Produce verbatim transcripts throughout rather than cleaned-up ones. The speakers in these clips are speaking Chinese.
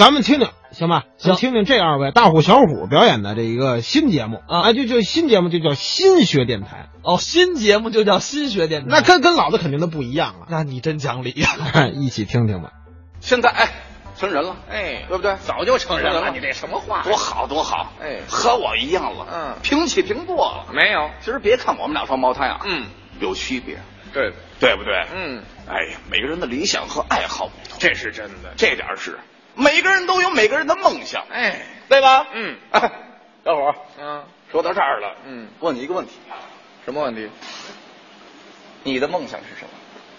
咱们听听行吧？ 行， 听听这二位大虎小虎表演的这一个新节目啊，哎，就就新节目就叫新学电台。 哦，新节目就叫新学电台， 那跟跟老的肯定都不一样了。 那你真讲理呀、 啊！一起听听吧。 现在哎，成人了， 哎， 对不对？ 早就成人了， 了你这什么话？ 多好多好！ 哎， 和我一样了， 嗯， 平起平坐了。 没有， 其实别看我们俩双胞胎啊， 嗯， 有区别， 对对不对？ 嗯， 哎，每个人的理想和爱好不同， 这是真的， 这点是。每个人都有每个人的梦想， 哎， 对吧？ 嗯， 哎，小伙， 嗯， 说到这儿了， 嗯， 问你一个问题， 什么问题？ 你的梦想是什么？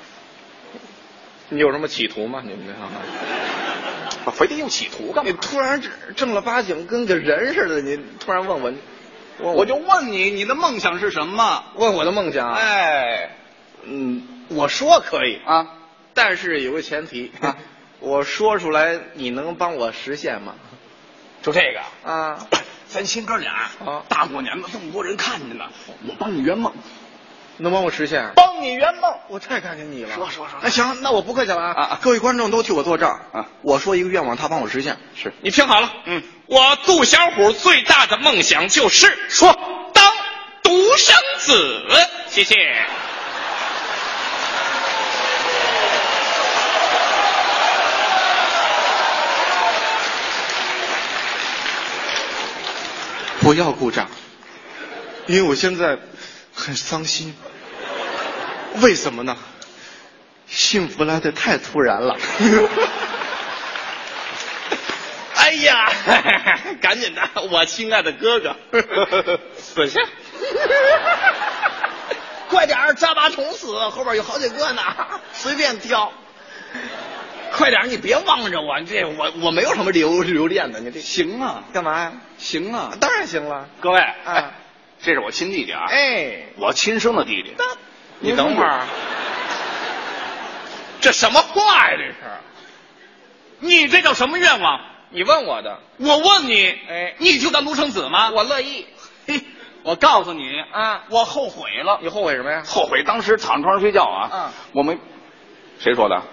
你有什么企图吗？你们这非得有企图干嘛？ 你突然正儿八经跟个人似的，你突然问我， 我我就问你，你的梦想是什么？ 问我的梦想？ 哎， 嗯，我说可以啊， 但是有个前提啊。 我说出来，你能帮我实现吗？ 就这个啊， 咱亲哥俩啊， 大过年的这么多人看着呢，我帮你圆梦， 能帮我实现？ 帮你圆梦， 我太感谢你了。 说说说， 那行，那我不客气了啊！ 啊各位观众都替我作证啊！ 我说一个愿望，他帮我实现。 是你听好了， 嗯， 我杜小虎最大的梦想就是说当独生子。谢谢。 不要鼓掌，因为我现在很伤心。为什么呢？幸福来得太突然了。 哎呀，赶紧的，我亲爱的哥哥，死下！ 快点儿，扎把虫死，后边有好几个呢，随便挑。快点儿，你别望着我，这我我没有什么留留恋的，你这行啊， 干嘛呀？ 行啊， 当然行了。 各位， 啊， 这是我亲弟弟啊， 哎， 我亲生的弟弟。 你等会儿，这什么话呀？这是， 你这叫什么愿望？ 你问我的， 我问你， 哎， 你就当独生子吗？ 我乐意。 嘿，我告诉你啊， 我后悔了。 你后悔什么呀？ 后悔当时躺床上睡觉啊， 嗯， 我没，谁说的？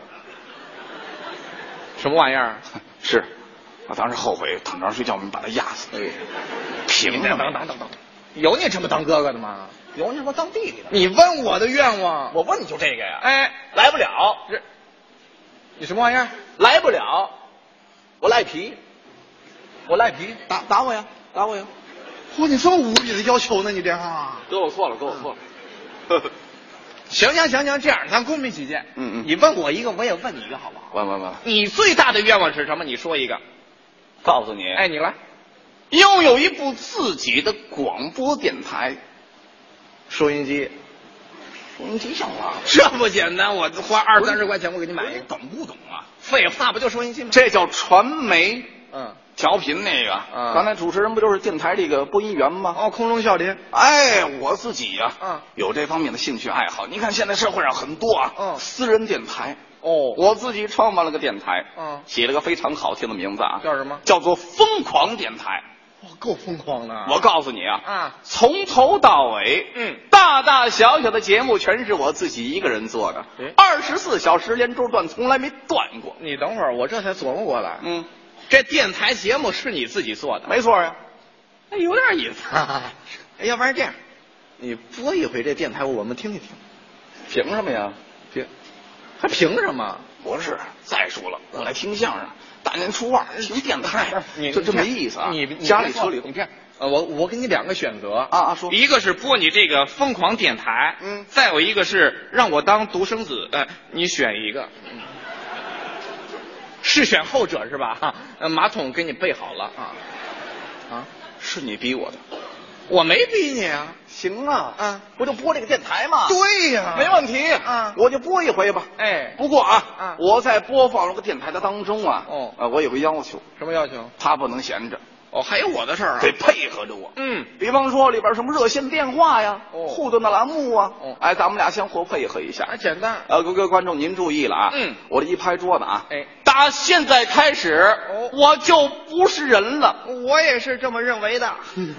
什么玩意儿？ 是，我当时后悔躺床上睡觉，我们把他压死。 哎， 凭等等等等等，有你这么当哥哥的吗？ 有你这么当弟弟的？ 你问我的愿望， 我问你就这个呀？ 哎， 来不了， 这，你什么玩意儿？ 来不了，我赖皮，我赖皮，打打我呀，打我呀！ 嚯，你这么无理的要求呢？你这哈？ 哥，我错了，哥，我错了。 行行行行，这样咱公平起见。 嗯嗯， 你问我一个，我也问你一个，好不好？ 问问问， 你最大的愿望是什么？你说一个。 告诉你， 哎，你来。 拥有一部自己的广播电台， 收音机。 收音机上了， 这不简单，我花二三十块钱，我给你买一个。 懂不懂啊？ 废话，不就收音机吗？ 这叫传媒。 嗯， 调频那个， 嗯， 刚才主持人不就是电台这个播音员吗？ 哦，空中笑林。 哎，我自己呀、啊， 嗯， 有这方面的兴趣爱好。你看现在社会上很多啊， 嗯， 私人电台。 哦， 我自己创办了个电台， 嗯， 起了个非常好听的名字啊， 叫什么？ 叫做疯狂电台。 哇，够疯狂的。 我告诉你啊， 啊， 从头到尾， 嗯， 大大小小的节目全是我自己一个人做的，二十四小时连轴转，从来没断过。 你等会儿，我这才琢磨过来， 嗯。 这电台节目是你自己做的？ 没错呀， 哎，有点意思。哎，要不然这样，你播一回这电台，我们听一听。 凭什么呀？ 凭，还凭什么？ 不是，再说了，我来听相声，大年初二听电台， 你这这没意思啊！ 你家里车里你这样，呃，我我给你两个选择啊啊，说一个是播你这个疯狂电台， 嗯， 再有一个是让我当独生子，呃，你选一个。 嗯是选后者是吧？呃，马桶给你备好了啊啊，是你逼我的， 我没逼你啊。 行啊， 啊， 不就播这个电台吗？ 对呀， 没问题啊， 我就播一回吧。 哎， 不过啊， 啊我在播放这个电台的当中啊， 哦， 啊，我有个要求。 什么要求？ 他不能闲着。 哦，还有我的事儿啊， 得配合着我。 嗯， 比方说里边什么热线电话呀， 哦， 互动的栏目啊， 哦， 哎，咱们俩相互配合一下， 还简单。 呃，各位观众您注意了啊， 嗯， 我这一拍桌子啊， 哎， 打现在开始， 哦， 我就不是人了。 我也是这么认为的。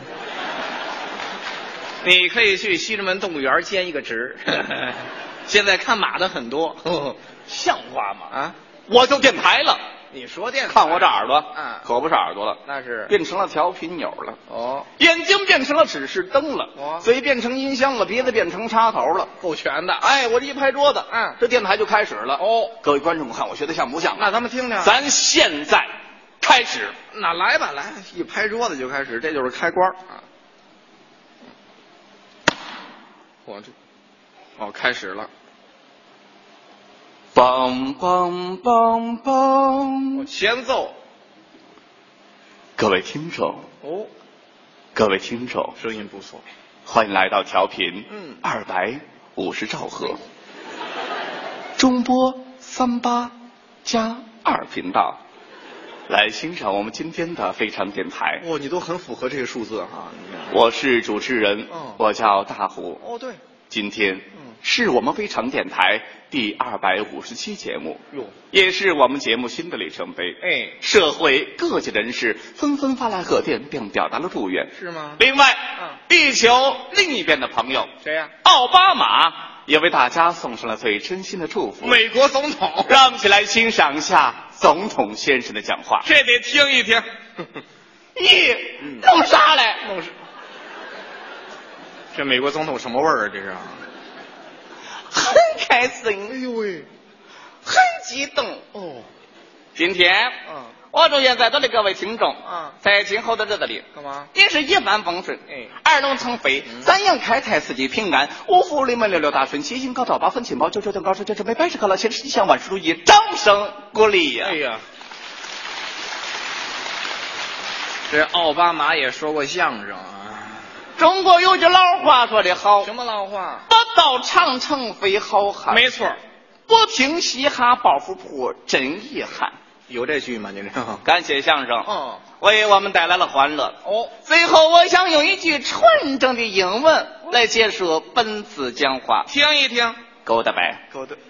你可以去西直门动物园兼一个职。现在看马的很多， 像话吗？ 啊， 我就电台了。 你说电台， 看我这耳朵， 嗯， 可不是耳朵了， 那是变成了调频钮了。 哦， 眼睛变成了指示灯了， 哦， 嘴变成音箱了，鼻子变成插头了， 够全的。 哎，我这一拍桌子， 嗯， 这电台就开始了。 哦， 各位观众看我学的像不像？ 那咱们听听， 咱现在开始。 那来吧，来，一拍桌子就开始，这就是开关啊。我这，哦，开始了。 梆梆梆梆， 前奏。 各位听众， 哦， 各位听众， 声音不错， 欢迎来到调频， 嗯， 二百五十兆赫，中波三八加二频道，来欣赏我们今天的非常电台。 哦，你都很符合这个数字哈。 我是主持人， 哦， 我叫大虎。 哦，对， 今天是我们非常电台第二百五十期节目， 哟， 也是我们节目新的里程碑。 哎， 社会各界人士纷纷发来贺电，并表达了祝愿。 是吗？ 另外， 嗯， 地球另一边的朋友， 谁呀？ 奥巴马也为大家送上了最真心的祝福。 美国总统， 让我们一起来欣赏一下总统先生的讲话。 这得听一听。 咦，弄啥嘞？ 弄啥？这美国总统什么味儿啊？这是？ 很开心， 哎呦喂， 很激动哦。 今天， 嗯， 我祝愿在座的各位听众， 嗯， 在今后的日子里， 干嘛？ 也是一帆风顺， 哎， 二龙腾飞， 嗯， 三阳开泰，四季平安，五福临门，六六大顺，七星高照，八分金宝，九九等高升，九十倍，百事可乐，千事吉祥，万事如意，掌声鼓励呀！ 哎呀，这奥巴马也说过相声啊。 中国有句老话说得好， 什么老话？ 不到长城非好汉。 没错， 不听嘻哈报复铺，真遗憾。 有这句吗？你这感谢相声， 哦， 为我们带来了欢乐。 哦， 最后我想用一句纯正的英文来结束本次讲话， 听一听。 够的呗， 够的，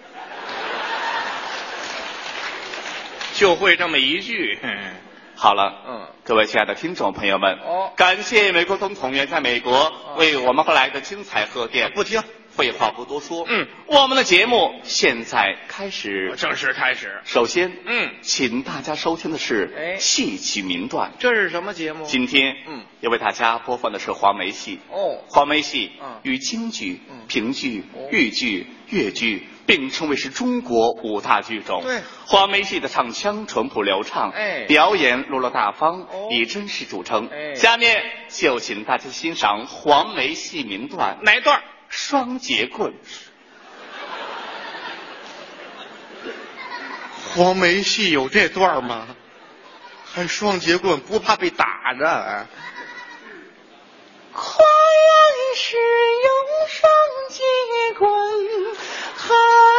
就会这么一句。 好了， 嗯， 各位亲爱的听众朋友们， 哦， 感谢美国总统远在美国为我们带来的精彩贺电。 不听， 废话不多说， 嗯， 我们的节目现在开始， 正式开始。 首先， 嗯， 请大家收听的是哎戏曲名段。 这是什么节目？ 今天， 嗯， 要为大家播放的是黄梅戏。 哦， 黄梅戏， 嗯， 与京剧、 嗯评剧、 哦豫剧、越剧并称为是中国五大剧种。 对， 黄梅戏的唱腔淳朴流畅， 哎， 表演落落大方， 哦， 以真实著称。 哎， 下面就请大家欣赏黄梅戏名段， 哪段？ 双节棍。 黄梅戏有这段吗？还双节棍，不怕被打着？哎， 花样是用双节棍，哈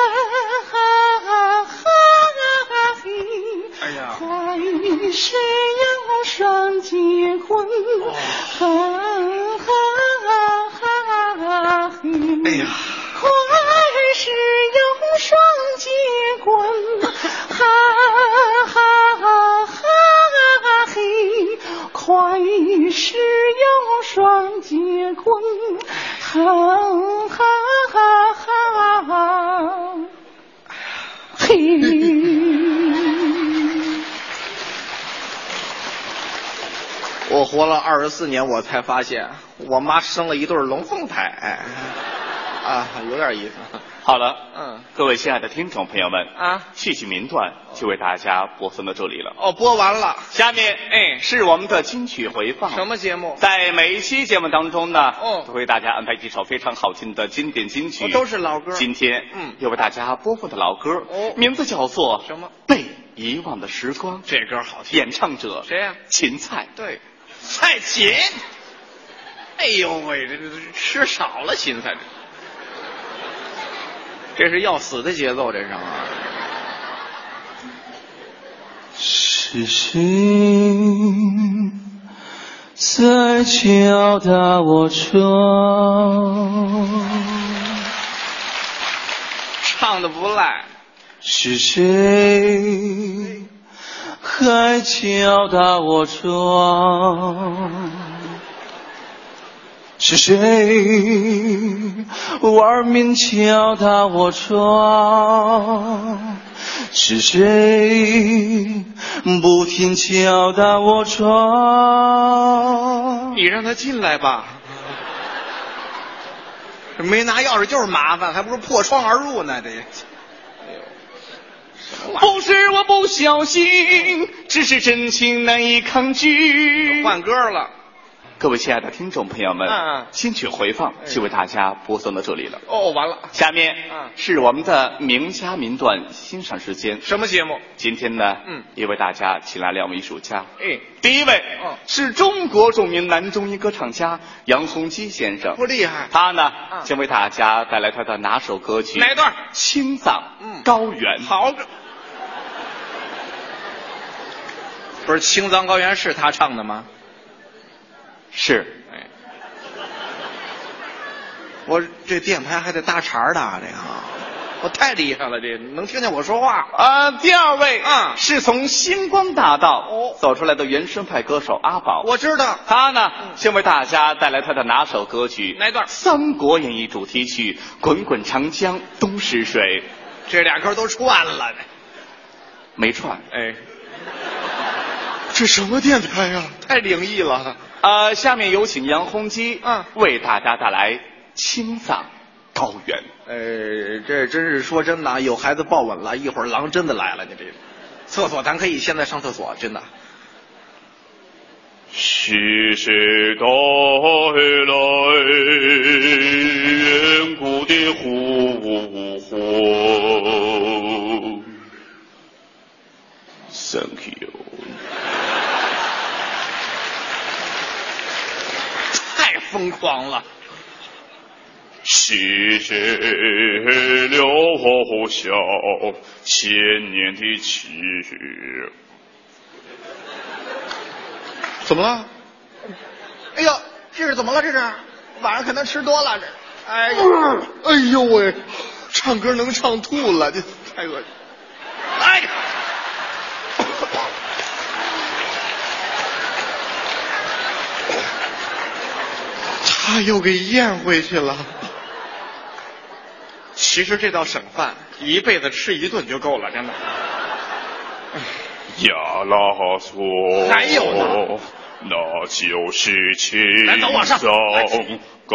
哈哈哈嘿！ 哎呀， 花样是用双节棍，哈哈哈嘿！ 哎呀， 花儿是用双节棍，哈哈哈嘿！快是用双节棍，哈哈哈嘿！ 我活了二十四年，我才发现我妈生了一对龙凤胎。哎，啊，有点意思。 好了， 嗯， 各位亲爱的听众朋友们啊， 戏曲名段就为大家播送到这里了。 哦，播完了。 下面， 哎， 是我们的金曲回放。 什么节目？ 在每一期节目当中呢， 哦， 都为大家安排几首非常好听的经典金曲， 哦，都是老歌。 今天， 嗯， 要为大家播放的老歌， 哦， 名字叫做什么？ 被遗忘的时光。 这歌好听。 演唱者谁呀？ 芹菜。 对，菜芹。哎呦喂，这这吃少了芹菜，这是要死的节奏，这是啊。 是谁在敲打我窗？ 唱的不赖。 是谁还敲打我窗？是谁玩命敲打我窗？ 是谁不停敲打我窗？ 你让他进来吧。没拿钥匙就是麻烦，还不如破窗而入呢。这，哎呦， 不是我不小心，只是真情难以抗拒。 换歌了。 各位亲爱的听众朋友们， 嗯嗯新曲回放就为大家播送到这里了。 哦，完了。 下面嗯是我们的名家名段欣赏时间。 什么节目？ 今天呢， 嗯， 也为大家请来两位艺术家。 哎， 第一位， 嗯是中国著名男中音歌唱家杨洪基先生。 不厉害。 他呢， 嗯将为大家带来他的拿手歌曲。 哪段？ 青藏嗯高原。 好。不是青藏高原是他唱的吗？ 是。 哎，我这电台还得搭茬儿的，这个我太厉害了，这能听见我说话。 啊，第二位， 嗯是从星光大道哦走出来的原生态歌手阿宝。 我知道。 他呢，先为大家带来他的拿手歌曲哪段？ 《三国演义》主题曲《滚滚长江东逝水》。 这俩歌都串了， 没串。 哎，这什么电台呀、太灵异了。 呃，下面有请杨洪基， 嗯为大家带来《青藏高原》。 呃，这真是说真的啊，有孩子抱稳了，一会儿狼真的来了，你这厕所咱可以现在上厕所，真的。 是谁带来远古的呼唤 ？Thank you。 太疯狂了。 是谁留下千年的情？ 怎么了？哎呦，这是怎么了？这是晚上可能吃多了。这，哎呦，哎呦喂，唱歌能唱吐了，这太恶心。哎呀！他又给咽回去了。其实这道省饭，一辈子吃一顿就够了，真的。 亚拉索， 还有呢， 那就是青来走往上藏高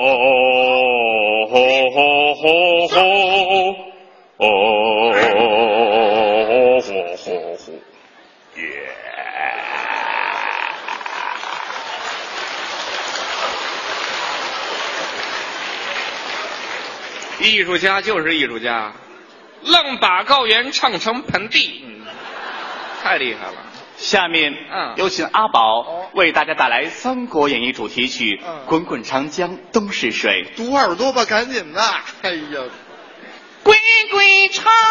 耶。 艺术家就是艺术家，愣把高原唱成盆地，嗯，太厉害了。 下面， 嗯有请阿宝哦为大家带来《三国演义》主题曲《 嗯滚滚长江东逝水》。 堵耳朵吧，赶紧的！哎呀， 滚滚长